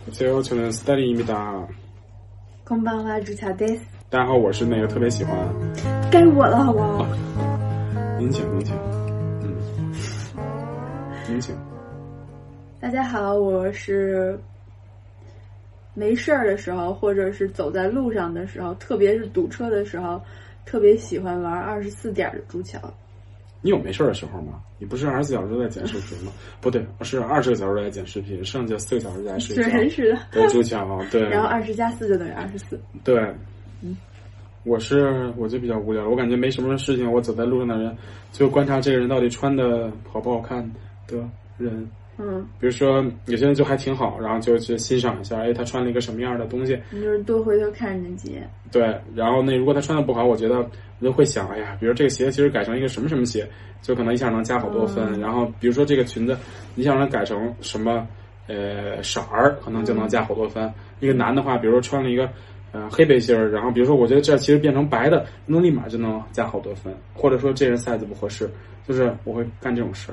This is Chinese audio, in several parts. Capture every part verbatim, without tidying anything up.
안녕하세요，저는 스타리입니다。 こんばんは，朱乔です。 大家好，我是那个特别喜欢。 该我了，好不好？ 啊、您请，您请，嗯，您请。 大家好，我是没事儿的时候，或者是走在路上的时候，特别是堵车的时候，特别喜欢玩二十四点的朱乔。 你有没事的时候吗？你不是二十四小时都在剪视频吗？不对，是二十个小时都在剪视频，剩下四个小时在睡觉。 是是的， 对，朱乔，对。 然后二十加四就等于二十四。 对， 嗯， 我是我就比较无聊，我感觉没什么事情，我走在路上的人就观察这个人到底穿的好不好看的人。 嗯， 比如说有些人就还挺好，然后就去欣赏一下，哎，他穿了一个什么样的东西， 你就是多回头看人家几眼。 对，然后那如果他穿的不好，我觉得我就会想，哎呀，比如这个鞋其实改成一个什么什么鞋，就可能一下能加好多分。嗯、然后比如说这个裙子，你想让它改成什么呃色儿，可能就能加好多分。嗯、一个男的话，比如说穿了一个呃黑背心儿，然后比如说我觉得这其实变成白的，那立马就能加好多分。或者说这人 size 不合适，就是我会干这种事。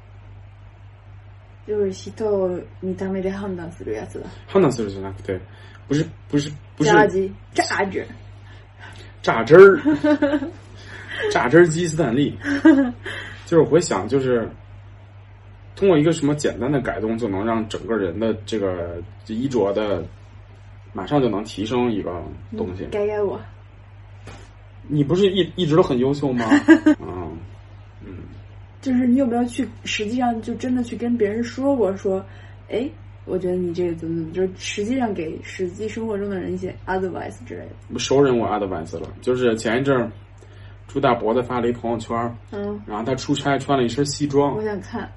就是人を見た目で判断するやつだ。 判断するじゃなくて，不是不是不是。 炸鸡，榨汁， 榨汁儿，榨汁儿鸡斯坦利，就是我会想，就是通过一个什么简单的改动，就能让整个人的这个衣着的马上就能提升一个东西。 改改我， 你不是一一直都很优秀吗？嗯嗯。 就是你有没有去实际上就真的去跟别人说过说，哎，我觉得你这个怎么怎么，就是实际上给实际生活中的人一些 advice 之类的。 熟人我 advice 了，就是前一阵儿朱大伯子发了一朋友圈，嗯，然后他出差穿了一身西装， 我想看。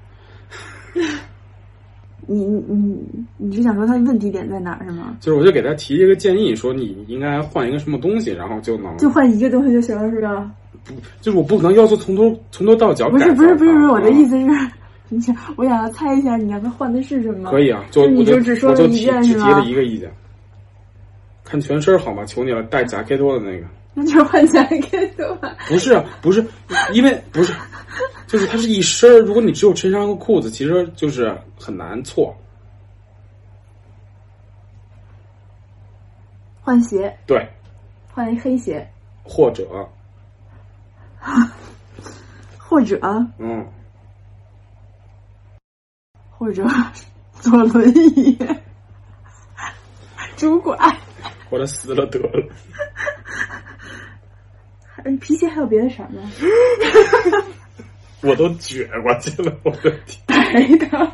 你你你是想说他问题点在哪儿是吗？ 就是我就给他提一个建议，说你应该换一个什么东西，然后就能就换一个东西就行了，是吧？ 不，就是我不可能要求从头从头到脚改。 不是不是不是不是，我的意思是，你想我想要猜一下，你让他换的是什么？ 可以啊，就你就只说了一件是吧？ 只提了一个意见，看全身好吗？求你了，带夹克多的那个。 那就换夹克多吧。 不是啊，不是，因为不是，就是它是一身，如果你只有衬衫和裤子，其实就是很难错。 换鞋。 对。 换一黑鞋。 或者。 或者， 嗯， 或者坐轮椅，拄拐， 或者死了得了。 皮鞋还有别的色吗？ 我都撅过去了，我的天！ 白的，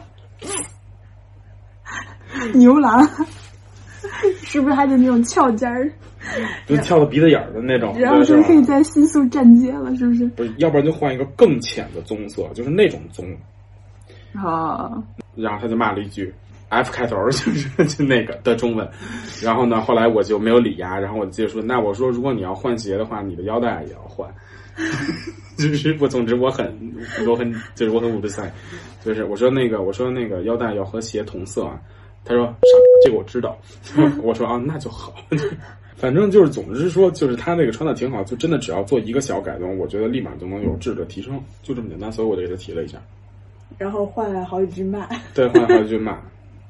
牛郎，是不是还得那种翘尖儿？ 就跳到鼻子眼儿的那种， 然后就可以在新宿站街了，是不是？ 不是，要不然就换一个更浅的棕色，就是那种棕。 哦。 然后他就骂了一句 F 开头，就是就那个的中文。然后呢，后来我就没有理呀，然后我就接着说，那我说如果你要换鞋的话，你的腰带也要换。就是我，总之我很我很就是我很五十三，就是我说那个我说那个腰带要和鞋同色啊。他说傻，这个我知道。我说啊，那就好。反正就是，总之说，就是他那个穿的挺好，就真的只要做一个小改动，我觉得立马就能有质的提升，就这么简单。所以我就给他提了一下， 然后换了好几句骂。 对，换了好几句骂。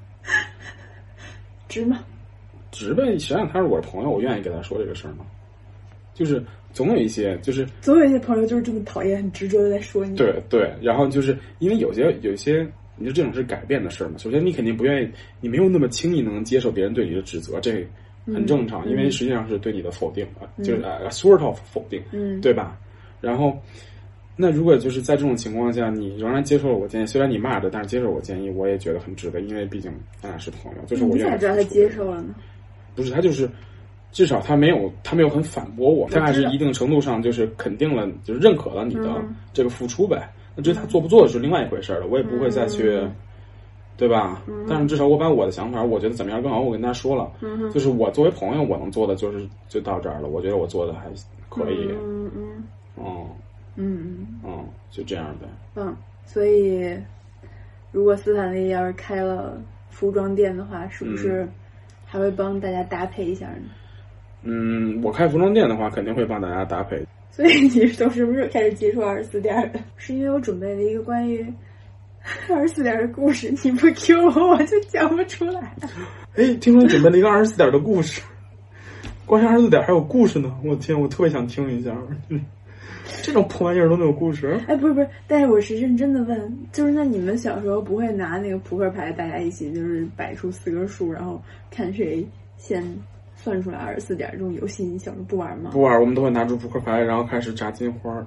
直吗？ 直呗，谁让他是我的朋友，我愿意跟他说这个事儿吗？就是总有一些，就是总有一些朋友就是这么讨厌，很执着的在说你。 对对，然后就是因为有些有些。你说这种是改变的事嘛？首先，你肯定不愿意，你没有那么轻易能接受别人对你的指责，这很正常，嗯、因为实际上是对你的否定啊，嗯、就是呃、uh, sort of 否定， 嗯， 对吧？然后，那如果就是在这种情况下，你仍然接受了我建议，虽然你骂着，但是接受我建议，我也觉得很值得，因为毕竟咱俩是朋友，就是我愿意。 你咋知道他接受了呢？ 不是，他就是至少他没有，他没有很反驳我，他还是一定程度上就是肯定了，就是认可了你的这个付出呗。嗯那至于他做不做是另外一回事了，我也不会再去，嗯、对吧？嗯、但是至少我把我的想法，我觉得怎么样更好，我跟他说了。嗯、就是我作为朋友，我能做的就是就到这儿了。我觉得我做的还可以。 嗯嗯。 哦。 嗯嗯，就这样呗。 嗯，所以如果斯坦利要是开了服装店的话，是不是还会帮大家搭配一下呢？ 嗯，我开服装店的话，肯定会帮大家搭配。 所以你从什么时候开始接触二十四点的？是因为我准备了一个关于二十四点的故事你不 Q 我，我就讲不出来。 哎，听说你准备了一个二十四点的故事，关于二十四点还有故事呢！我天，我特别想听一下。这种破玩意儿都能有故事？ 哎，不是不是，但是我是认真的问，就是那你们小时候不会拿那个扑克牌，大家一起就是摆出四个数，然后看谁先算出来二十四点这种游戏，你小时候不玩吗？ 不玩，我们都会拿出扑克牌，然后开始炸金花，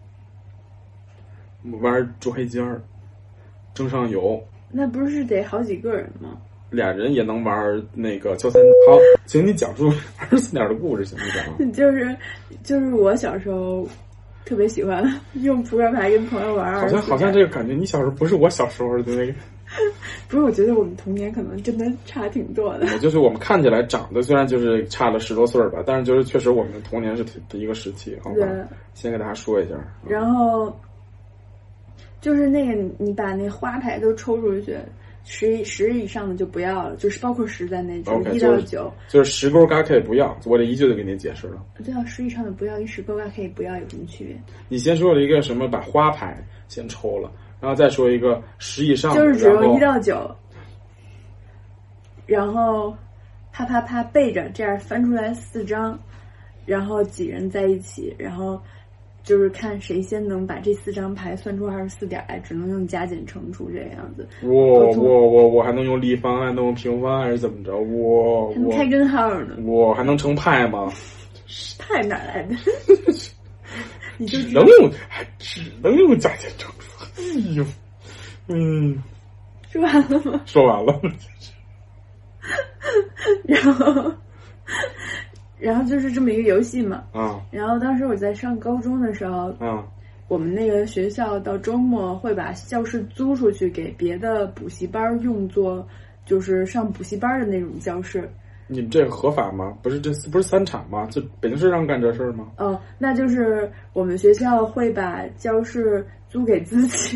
玩捉黑尖儿，争上游。 那不是得好几个人吗？ 俩人也能玩那个敲三。好，请你讲述二十四点的故事，行不行？ 就是就是我小时候特别喜欢用扑克牌跟朋友玩。 好像好像这个感觉，你小时候不是我小时候的那个。 不是，我觉得我们童年可能真的差挺多的。 就是我们看起来长得虽然就是差了十多岁吧，但是就是确实我们的童年是的一个时期。好吧，先给大家说一下。 然后就是那个你把那花牌都抽出去。十十以上的就不要了，就是包括十在内，就是一到九， 就是十勾嘎可以不要，我这一句就给你解释了。 对啊，十以上的不要，一十勾嘎可以不要，有什么区别？ 你先说了一个什么，把花牌先抽了，然后再说一个十以上的， 就是只有一到九，然后啪啪啪背着，这样翻出来四张，然后几人在一起，然后。就是看谁先能把这四张牌算出二十四点来，只能用加减乘除这个样子。 我我我我还能用立方，还能用平方，还是怎么着？我还能开根号呢。 我还能成派吗？ 派哪来的？你就只能用，还只能用加减乘除。哎呦，嗯， 说完了吗？ 说完了。 然后。然后就是这么一个游戏嘛， 啊， 然后当时我在上高中的时候， 啊， 我们那个学校到周末会把教室租出去给别的补习班用作，就是上补习班的那种教室。 你们这个合法吗？不是这不是三产吗？就北京市上干这事儿吗？ 哦，那就是我们学校会把教室租给自己，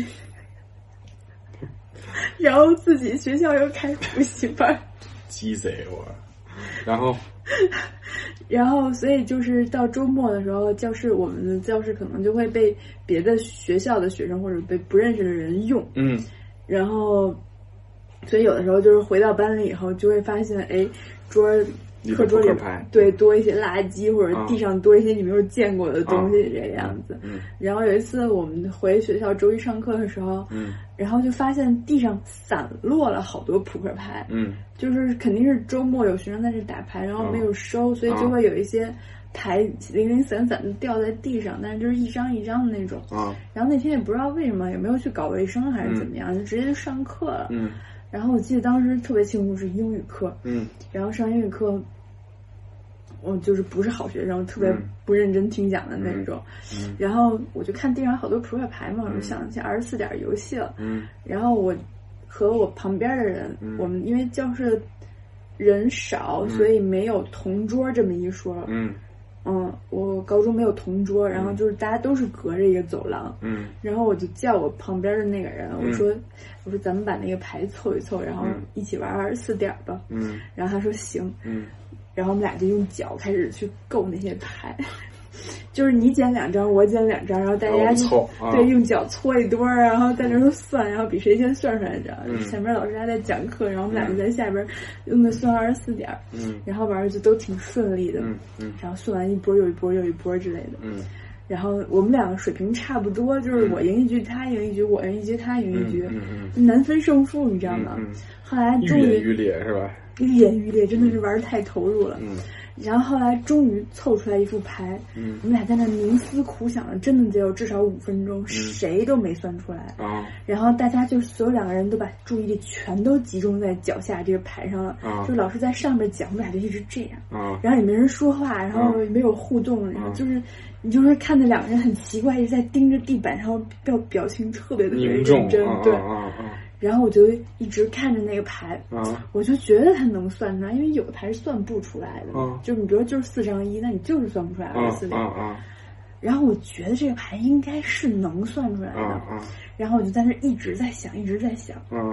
然后自己学校又开补习班。 鸡贼我，然后。 然后，所以就是到周末的时候，教室我们的教室可能就会被别的学校的学生或者被不认识的人用。 嗯， 然后，所以有的时候就是回到班里以后，就会发现，哎，桌课桌里对多一些垃圾，或者地上多一些你没有见过的东西，这个样子。 啊、嗯。 然后有一次我们回学校周一上课的时候， 嗯， 然后就发现地上散落了好多扑克牌。 嗯。 就是肯定是周末有学生在这打牌，然后没有收，哦、所以就会有一些牌零零散散的掉在地上，但是就是一张一张的那种。 啊。 然后那天也不知道为什么，也没有去搞卫生还是怎么样，嗯、就直接就上课了。 嗯。 然后我记得当时特别清楚是英语课。 嗯。 然后上英语课，我就是不是好学生，特别不认真听讲的那种。 嗯。嗯然后我就看地上好多扑克牌嘛，我就想起二十四点游戏了。 嗯。 然后我。和我旁边的人， 嗯、 我们因为教室人少， 嗯、 所以没有同桌这么一说。 嗯嗯，我高中没有同桌，然后就是大家都是隔着一个走廊。 嗯， 然后我就叫我旁边的那个人， 嗯、 我说：“我说咱们把那个牌凑一凑，然后一起玩二十四点吧。” 嗯， 然后他说行。 嗯， 然后我们俩就用脚开始去够那些牌。就是你捡两张，我捡两张，然后大家就、啊、 对用脚搓一堆儿，然后在那儿算，然后比谁先算出来着。 嗯、 前面老师还在讲课，然后我们俩就在下边用的算二十四点， 嗯， 然后玩的就都挺顺利的， 嗯嗯， 然后算完一波又一波又一波之类的， 嗯， 然后我们两个水平差不多，就是我赢一局，他赢一局，我赢一局，他赢一局， 嗯嗯嗯、 难分胜负，你知道吗？ 嗯嗯、 后来终于愈演愈烈是吧？ 愈演愈烈，真的是玩太投入了， 嗯。 然后后来终于凑出来一副牌， 嗯， 我们俩在那冥思苦想了，真的得有至少五分钟， 嗯、 谁都没算出来啊。 然后大家就所有两个人都把注意力全都集中在脚下这个牌上了， 啊， 就老师在上面讲，我们俩就一直这样， 啊， 然后也没人说话，然后也没有互动， 啊、 然后就是你就是看着两个人很奇怪，一直在盯着地板，然后表表情特别的认真， 啊、 对。 啊啊啊然后我就一直看着那个牌， 啊， 我就觉得他能算出来，因为有的牌是算不出来的， 啊， 就是你比如就是四张一，那你就是算不出来二十四点， 啊啊。 然后我觉得这个牌应该是能算出来的， 啊啊。 然后我就在那一直在想，一直在想， 啊。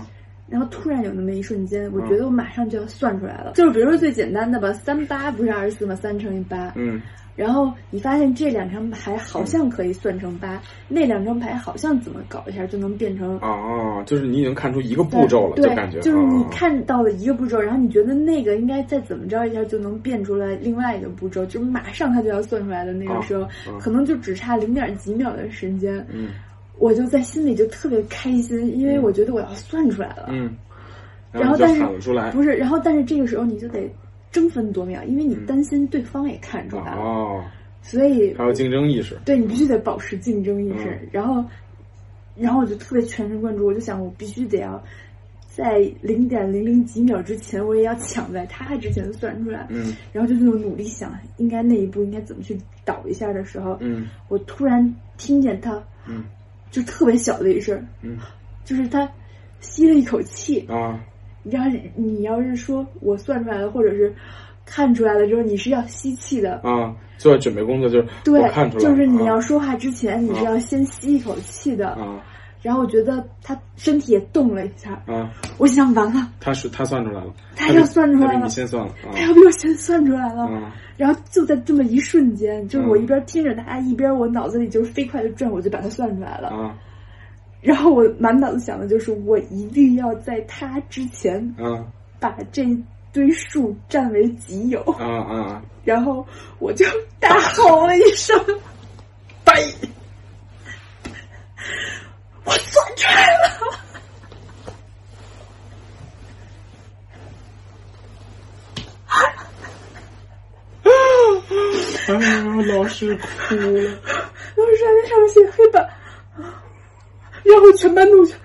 然后突然有那么一瞬间，我觉得我马上就要算出来了。嗯、就是比如说最简单的吧，三八不是二十四吗？三乘以八。嗯。然后你发现这两张牌好像可以算成八、嗯，那两张牌好像怎么搞一下就能变成哦，就是你已经看出一个步骤了， 就感觉就是你看到了一个步骤，然后你觉得那个应该再怎么着一下就能变出来另外一个步骤，就是马上它就要算出来的那个时候，哦哦、可能就只差零点几秒的时间，嗯，我就在心里就特别开心，因为我觉得我要算出来了， 嗯， 然后但是出来不是，然后但是这个时候你就得争分夺秒，因为你担心对方也看出来了，哦，所以还有竞争意识， 对你必须得保持竞争意识，嗯、然后，然后我就特别全神贯注，我就想我必须得要在零点零零几秒之前，我也要抢在他之前算出来，嗯，然后就那种努力想应该那一步应该怎么去导一下的时候，嗯，我突然听见他，嗯，就特别小的一声，嗯，就是他吸了一口气啊。然后你要是说我算出来了，或者是看出来了之后，你是要吸气的啊，做准备工作就是对， 我看出来就是你要说话之前，啊、你是要先吸一口气的啊。然后我觉得他身体也动了一下啊，我想完了， 他是他算出来了， 他要算出来了， 他比你先算了，啊、 他要比我先算出来了。啊、然后就在这么一瞬间，就是我一边听着他，一边我脑子里就是飞快的转，我就把它算出来了啊。然后我满脑子想的就是，我一定要在他之前，嗯，把这堆数占为己有，啊啊！然后我就大吼了一声：“ 呆！” 我算出来了！ 哎呀，老师哭了， 老师还在上面写黑板。然后全班同学，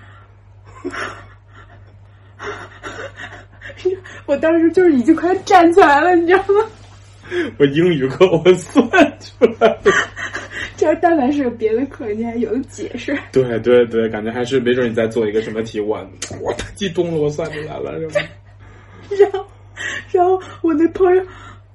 我当时就是已经快站起来了，你知道吗？ 我英语课我算出来了， 这要但凡是个别的课，你还有的解释。 对对对，感觉还是没准你在做一个什么题，我我太激动了，我算出来了，是吧？ 然后，然后我那朋友，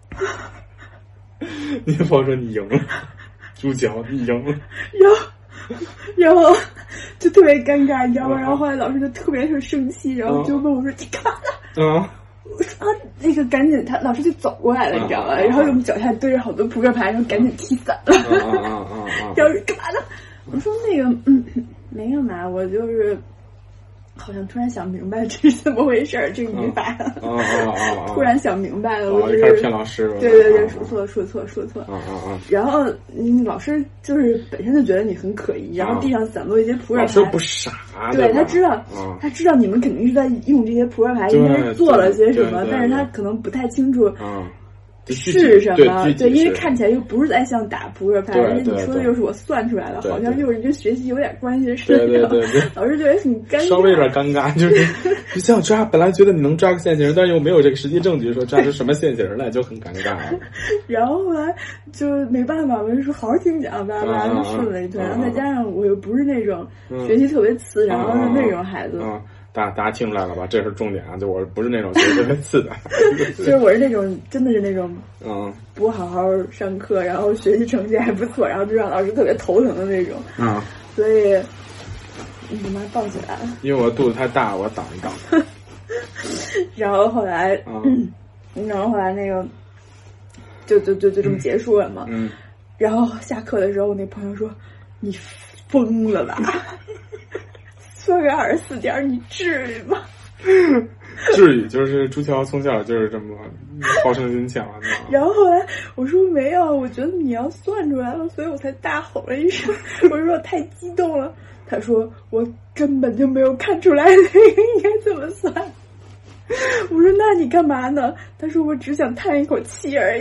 你朋友说你赢了，主角你赢了， 然后。然后就特别尴尬，你知道吗？然后后来老师就特别是生气，然后就问我说：“你干嘛呢？”啊啊！那个赶紧，他老师就走过来了，你知道吗？然后我们脚下堆着好多扑克牌，然后赶紧踢散了。啊啊啊啊！然后干嘛呢？我说那个嗯，没干嘛，我就是好像突然想明白这是怎么回事儿，这个语法。 啊啊啊！ 突然想明白了，我就开始骗老师。 对对对，说错说错说错。啊啊啊！然后嗯，老师就是本身就觉得你很可疑，然后地上散落一些扑克牌。 老师不傻， 对他知道，他知道你们肯定是在用这些扑克牌，应该是做了些什么，但是他可能不太清楚。啊。是什么？对，因为看起来又不是在像打扑克牌，而且你说的又是我算出来的，好像又是跟学习有点关系的事情。 对对对对， 老师觉得很尴尬， 稍微有点尴尬，就是你想抓，本来觉得你能抓个现行，但是又没有这个实际证据说抓出什么现行来，就很尴尬。 然后后来就没办法，我就说好好听讲，巴拉巴拉就顺了一通。然后再加上我又不是那种学习特别次，然后的那种孩子。 大大家听出来了吧？这是重点啊！就我不是那种学特别次的， 就是我是那种真的是那种嗯，不好好上课，然后学习成绩还不错，然后就让老师特别头疼的那种。嗯，所以你他妈抱起来了， 因为我肚子太大，我挡一挡。 然后后来，嗯，然后后来那个就就就就这么结束了嘛。嗯，然后下课的时候，我那朋友说：“你疯了吧？”算个二十四点，你至于吗？ 至于，就是朱乔从小就是这么好胜心强的。 然后后来我说没有，我觉得你要算出来了，所以我才大吼了一声。我说我太激动了。他说我根本就没有看出来那个应该怎么算。我说那你干嘛呢？他说我只想叹一口气而已。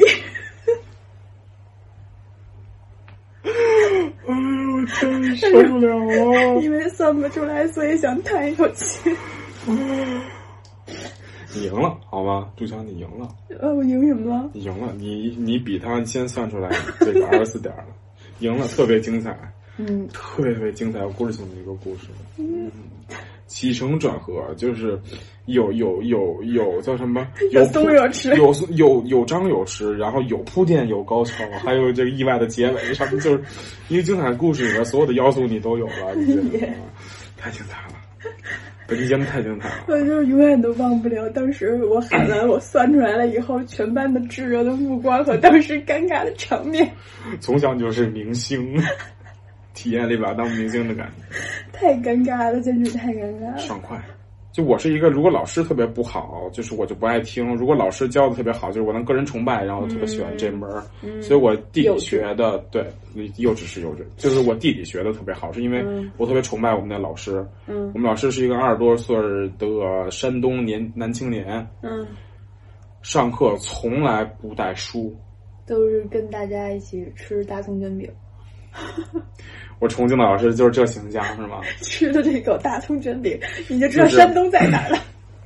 哎呦，我真受不了了！ 因为算不出来，所以想叹一口气。 你赢了，好吧，朱强，你赢了。 呃，我赢什么了？ 你赢了，你你比他先算出来这个二十四点了，赢了，特别精彩。嗯，特别特别精彩，有故事性的一个故事。嗯，起承转合就是有有有有叫什么？ 有松有弛， 有有有张有弛，然后有铺垫，有高潮，还有这个意外的结尾，上面就是一个精彩的故事里面所有的要素你都有了，你觉得太精彩了。 本期节目太精彩了， 我就是永远都忘不了当时我喊完我算出来了以后，全班的炙热的目光和当时尴尬的场面。 从小就是明星，体验了一把当明星的感觉， 太尴尬了，简直太尴尬了。 爽快。就我是一个，如果老师特别不好，就是我就不爱听；如果老师教的特别好，就是我能个人崇拜，然后我特别喜欢这门。嗯、所以我弟弟学的，对，幼稚是幼稚，就是我弟弟学的特别好，是因为我特别崇拜我们的老师。嗯，我们老师是一个二十多岁的山东年男青年。嗯，上课从来不带书， 都是跟大家一起吃大葱卷饼。 我崇敬的老师就是这形象，是吗？ 吃的这口大葱卷饼，你就知道山东在哪儿了。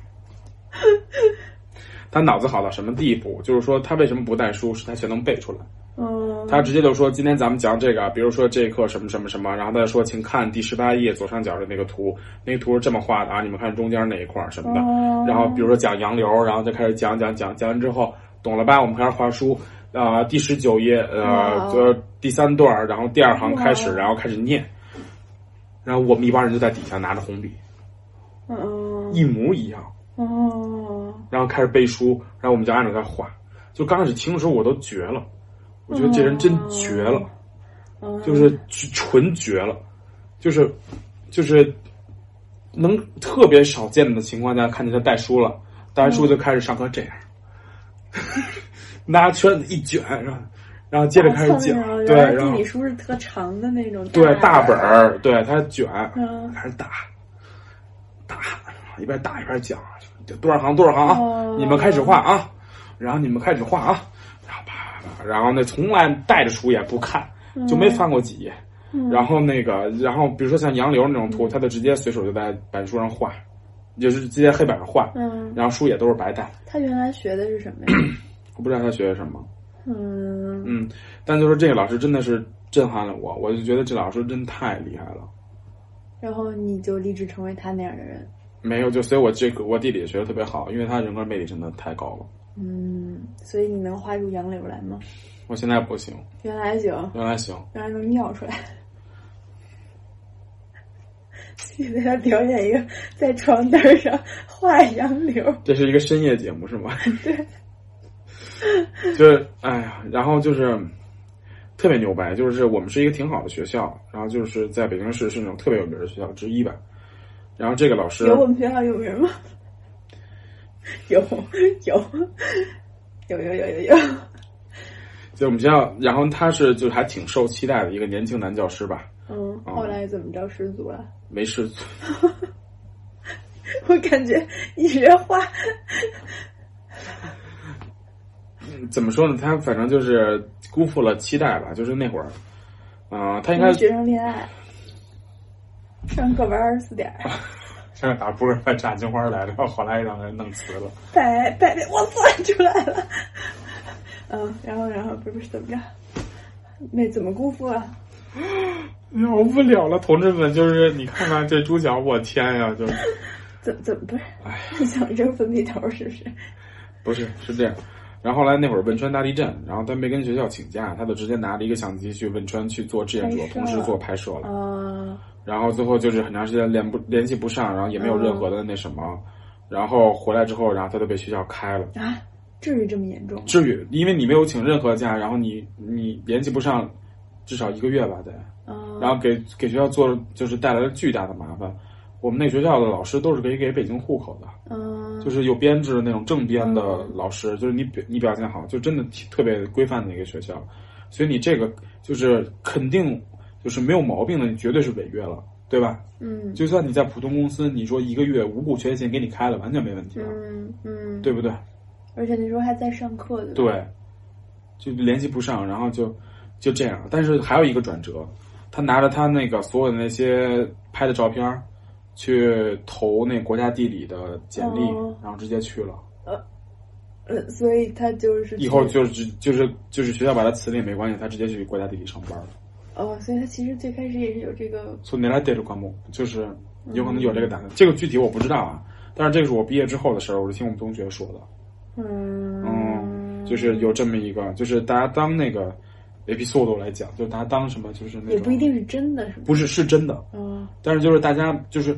他脑子好到什么地步？就是说，他为什么不带书？是他全能背出来。 嗯， 他直接就说：“今天咱们讲这个，比如说这一课什么什么什么。”然后他说：“请看第十八页左上角的那个图，那个图是这么画的啊，你们看中间那一块什么的。哦”然后比如说讲洋流，然后就开始讲讲讲讲完之后，懂了吧？我们开始画书。呃，第十九页，呃，就第三段，然后第二行开始，然后开始念，然后我们一帮人就在底下拿着红笔， 嗯， 一模一样， 哦， 然后开始背书，然后我们就按照他画。就刚开始听的时候我都绝了，我觉得这人真绝了，就是纯绝了，就是就是能特别少见的情况下看见他带书了，带完书就开始上课这样。拿圈子一卷，然后，然后接着开始讲， 啊、 对，然后地理书是特长的那种， 对，大本儿，对，他卷， 嗯， 开始打，打，一边打一边讲，多少行多少行啊，哦、你们开始画啊，然后你们开始画啊，然后啪啪啪，然后那从来带着书也不看，就没翻过几页， 嗯、 然后那个，然后比如说像洋流那种图，他就直接随手就在板书上画。就是直接黑板上画， 嗯， 然后书也都是白带。 他原来学的是什么呀？ 我不知道他学的什么。 嗯嗯，但就是这个老师真的是震撼了我，我就觉得这老师真太厉害了。 然后你就立志成为他那样的人？ 没有，就所以我这个我弟弟学的特别好，因为他人格魅力真的太高了。 嗯，所以你能画出杨柳来吗？ 我现在不行。 原来行。 原来行。 原来能尿出来。给大家表演一个在床单上画杨柳， 这是一个深夜节目是吗？ 对， 就是哎呀，然后就是特别牛掰，就是我们是一个挺好的学校，然后就是在北京市是那种特别有名的学校之一吧。然后这个老师有我们学校有名吗？有有有有有有有。 就我们学校，然后他是就还挺受期待的一个年轻男教师吧。 嗯，后来怎么着失足了？ 没失足。 我感觉你这话， 怎么说呢？他反正就是辜负了期待吧。就是那会儿，啊、呃，他应该学生恋爱，上课玩二十四点， 上打扑克牌炸金花来了，后来让人弄辞了。 拜拜拜，我算出来了。嗯，然后然后不是不是怎么着？没怎么辜负啊？ 好无聊了，同志们，就是你看看这猪脚，我天呀，就怎怎么不是？哎，你想扔粉笔头是不是？ 不是，是这样。然后后来那会儿汶川大地震，然后他没跟学校请假，他就直接拿了一个相机去汶川去做志愿者，同时做拍摄了。 啊。 然后最后就是很长时间联不联系不上，然后也没有任何的那什么，嗯、然后回来之后，然后他就被学校开了。 啊？至于这么严重？ 至于，因为你没有请任何假，然后你你联系不上，至少一个月吧得。 嗯、 然后给给学校做就是带来了巨大的麻烦。我们那学校的老师都是可以给北京户口的， 嗯， 就是有编制的那种正编的老师，嗯、就是你你表现好，就真的特别规范的一个学校。所以你这个就是肯定就是没有毛病的，你绝对是违约了，对吧？ 嗯， 就算你在普通公司，你说一个月无故缺勤给你开了，完全没问题了， 嗯嗯， 对不对？ 而且那时候还在上课的， 对，就联系不上，然后就就这样。但是还有一个转折，他拿着他那个所有的那些拍的照片去投那国家地理的简历， 哦、 然后直接去了。 呃呃，所以他就是以后就是就是就是学校把他辞了也没关系，他直接去国家地理上班了。 哦，所以他其实最开始也是有这个。 从哪来得的科目，就是有可能有这个打算。嗯、这个具体我不知道啊，但是这个是我毕业之后的事儿，我是听我们同学说的。 嗯嗯，就是有这么一个，就是大家当那个 episode 来讲，就是大家当什么，就是那种也不一定是真的，是吗？ 不是是真的， 嗯， 但是就是大家就是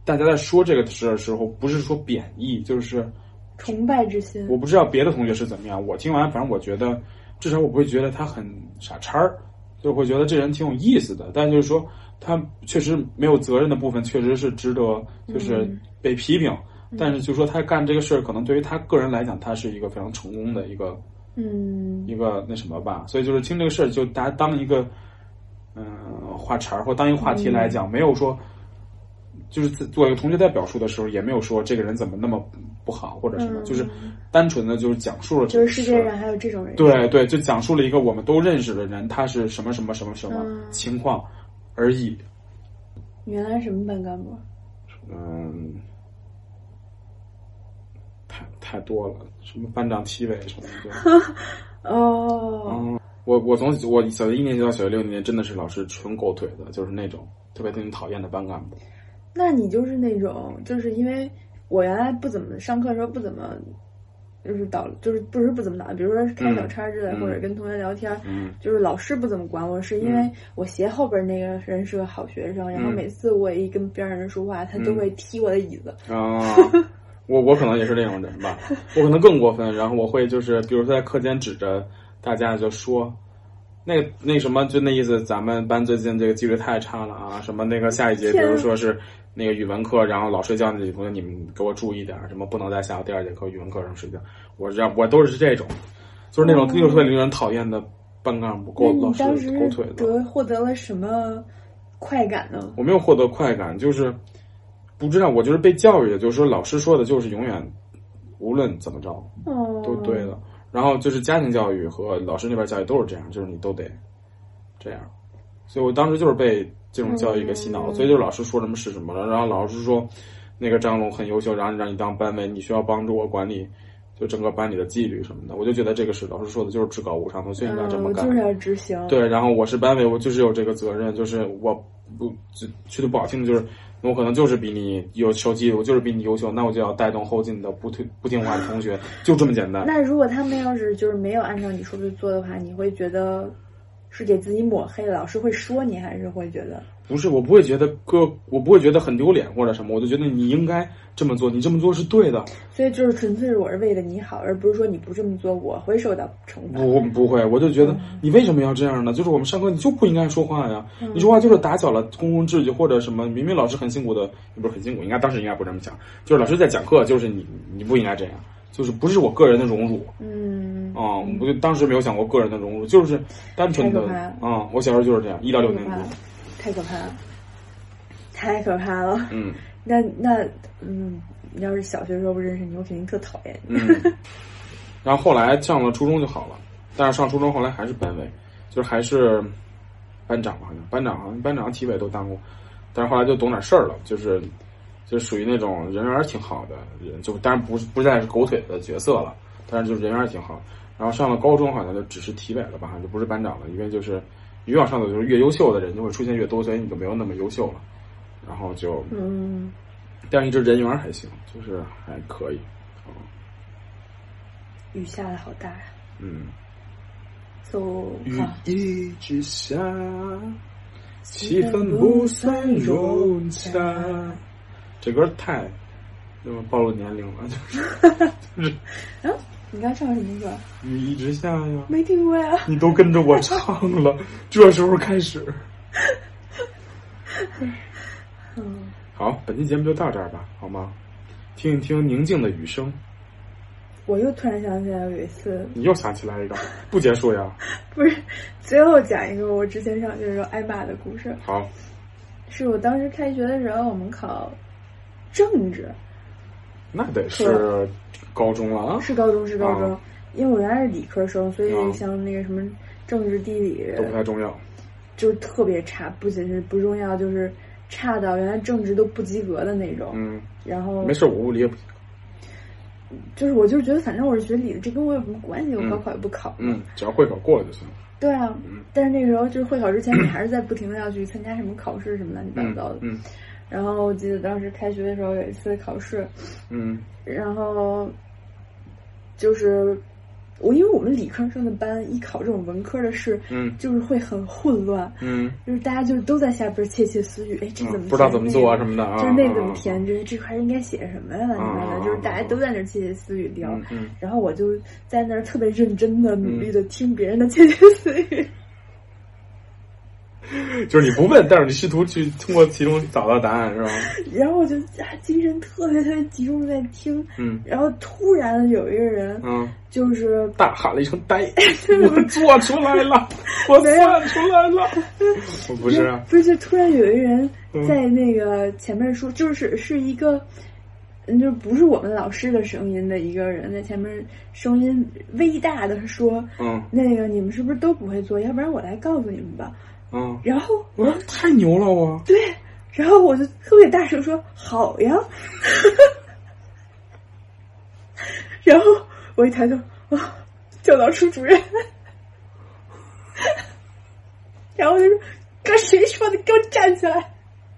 大家在说这个事的时候，不是说贬义，就是崇拜之心。 我不知道别的同学是怎么样，我听完反正我觉得至少我不会觉得他很傻叉儿，就会觉得这人挺有意思的，但就是说他确实没有责任的部分确实是值得就是被批评、嗯、但是就说他干这个事儿可能对于他个人来讲他是一个非常成功的一个嗯一个那什么吧，所以就是听这个事儿就大家当一个嗯、呃、话茬或当一个话题来讲、嗯、没有说就是作为一个同学在表述的时候也没有说这个人怎么那么不好或者什么、嗯、就是单纯的就是讲述了这个就是世界上还有这种人， 对对，就讲述了一个我们都认识的人他是什么什么什么什么情况而已、 嗯、原来什么班干部？ 嗯太太多了，什么班长体委什么的哦嗯我我从我小学一年级到小学六年级真的是老师纯狗腿的，就是那种特别特别讨厌的班干部。 那你就是那种，就是因为我原来不怎么上课的时候不怎么，就是导，就是不是不怎么导，比如说开小差之类、嗯，或者跟同学聊天， 嗯， 就是老师不怎么管我，是因为我斜后边那个人是个好学生，嗯、然后每次我一跟边上人说话，他都会踢我的椅子。 啊、嗯，我我可能也是那种人吧，我可能更过分，然后我会就是比如说在课间指着大家就说。那那什么就那意思，咱们班最近这个纪律太差了啊！什么那个下一节，比如说是那个语文课，然后老师叫那几同学你们给我注意点，什么不能在下午第二节课语文课上睡觉。我这样我都是这种，就是那种特别令人讨厌的班干部，狗老师狗腿的。 得获得了什么快感呢？ 我没有获得快感，就是不知道，我就是被教育的，就是说老师说的就是永远无论怎么着、 哦、 都对的。然后就是家庭教育和老师那边教育都是这样，就是你都得这样，所以我当时就是被这种教育给洗脑、嗯、所以就是老师说什么是什么了。然后老师说那个张龙很优秀，然后让你当班委，你需要帮助我管理就整个班里的纪律什么的，我就觉得这个是老师说的就是至高无上的，所以应该这么干、 嗯、就是要执行。 对，然后我是班委，我就是有这个责任，就是我不去的不好听的就是我可能就是比你有手机，我就是比你优秀，那我就要带动后进的不听不听话的同学，就这么简单。 那如果他们要是就是没有按照你说的做的话，你会觉得是给自己抹黑，老师会说你，还是会觉得？ 不是，我不会觉得哥，我不会觉得很丢脸或者什么，我就觉得你应该这么做，你这么做是对的。 所以就是纯粹是我是为了你好，而不是说你不这么做我会受到惩罚。 不不会，我就觉得、嗯、你为什么要这样呢？就是我们上课你就不应该说话呀，嗯、你说话就是打搅了公共秩序或者什么。明明老师很辛苦的，不是很辛苦，应该当时应该不这么讲，就是老师在讲课，就是你你不应该这样，就是不是我个人的荣辱。 嗯啊、嗯，我就当时没有想过个人的荣辱，就是单纯的啊、嗯，我小时候就是这样，一到六年级。 太可怕了，太可怕了。 嗯， 那那嗯，你要是小学时候不认识你，我肯定特讨厌你。 嗯，然后后来上了初中就好了，但是上初中后来还是班委，就是还是班长好像班长好像班长体委都当过，但是后来就懂点事儿了，就是就属于那种人缘挺好的人，就当然不是不再是狗腿的角色了，但是就是人缘挺好。然后上了高中好像就只是体委了吧，就不是班长了，因为就是越往上走就是越优秀的人就会出现越多，所以你就没有那么优秀了。然后就嗯， 但是一直人缘还行，就是还可以。嗯、 雨下的好大呀。 嗯。 走。 雨一直下，气氛不算融洽。这歌太那么暴露年龄了，就是就是。 啊，你刚唱什么歌？ 雨一直下呀。 没听过呀。 你都跟着我唱了，这时候开始。 嗯， 好，本期节目就到这儿吧，好吗？听一听宁静的雨声。 我又突然想起来有一次， 你又想起来一个，不结束呀？ 不是，最后讲一个我之前上学的时候挨骂的故事。 好， 是我当时开学的时候，我们考政治， 那得是高中了啊？ 是高中，是高中， 啊、 因为我原来是理科生，所以像那个什么政治、地理都不太重要， 就特别差，不仅是不重要，就是差到原来政治都不及格的那种。 嗯， 然后没事，我物理也不及格。 就是我就是觉得，反正我是学理的，这跟我有什么关系？我高考也不考。 嗯，只要会考过了就行了。 对啊， 嗯、 但是那时候就是会考之前，你还是在不停的要去参加什么考试什么乱七八糟的。 嗯。嗯然后我记得当时开学的时候有一次考试， 嗯， 然后就是我因为我们理科生的班一考这种文科的试， 嗯， 就是会很混乱， 嗯， 就是大家就是都在下边窃窃私语，哎，这怎么、 嗯、不知道怎么做啊什么的啊， 就是那个怎么填，这、啊、这块应该写什么呀？乱七八糟，就是大家都在那窃窃私语聊， 嗯嗯、 然后我就在那儿特别认真的、努力的听别人的窃窃私语。 就是你不问，但是你试图去通过其中找到答案，是吧？ 然后我就啊，精神特别特别集中在听， 嗯， 然后突然有一个人， 嗯， 就是大喊了一声“呆”，我做出来了，我算出来了，我不是啊， 不是，就突然有一个人在那个前面说，嗯、就是是一个，就不是我们老师的声音的一个人在前面，声音微大的说， 嗯， 那个你们是不是都不会做？要不然我来告诉你们吧。 嗯， 然后我太牛了我， 对，然后我就特别大声说好呀，然后我一抬头，啊，教导处主任，然后我就说跟谁说的，给我站起来。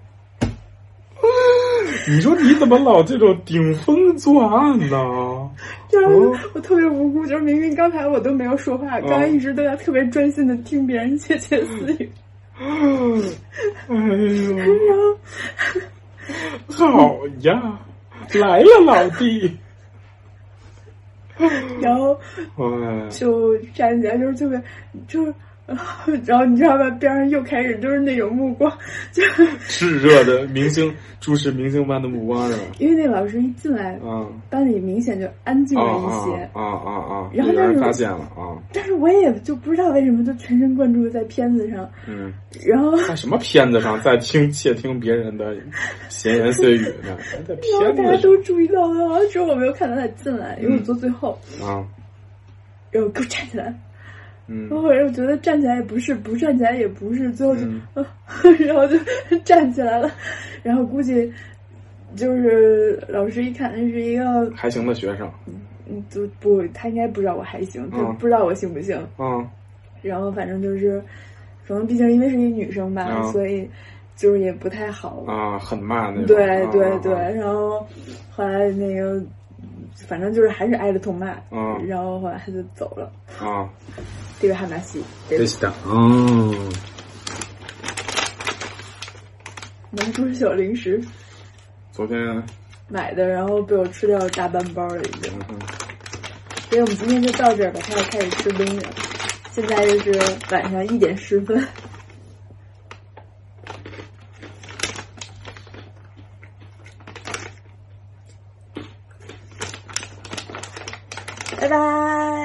你说你怎么老这种顶风作案呢？ 然后我特别无辜，就是明明刚才我都没有说话，刚才一直都在特别专心的听别人窃窃私语。 哎呦， 然后好呀，来了老弟。 然后就站起来，就是特别就是。然后你知道吧，边上又开始就是那种目光，就炽热的明星注视明星般的目光是吧？ 因为那老师一进来， 嗯， 班里明显就安静了一些， 啊啊啊！ 然后有人发现了啊， 但是我也就不知道为什么就全神贯注的在片子上， 嗯， 然后在什么片子上在听窃听别人的闲言碎语呢？在片子上， 然后大家都注意到了，只有我没有看到他进来，因为我坐最后啊， 然后给我站起来。 嗯， 然后我又觉得站起来也不是，不站起来也不是，最后就， 嗯啊、然后就站起来了，然后估计就是老师一看那是一个还行的学生， 嗯，就不，他应该不知道我还行，他嗯、 不知道我行不行， 嗯， 然后反正就是，可能毕竟因为是一女生吧， 嗯、 所以就是也不太好啊，很慢那种， 对对对， 啊、 然后后来那个。反正就是还是挨着痛骂， 嗯， 然后后来他就走了， 啊， 这个还蛮细， 对的，哦， 能猪小零食， 昨天买的，然后被我吃掉了大半包了已经， 嗯， 所以我们今天就到这儿吧，他要开始吃东西了，现在就是晚上一点十分。拜拜。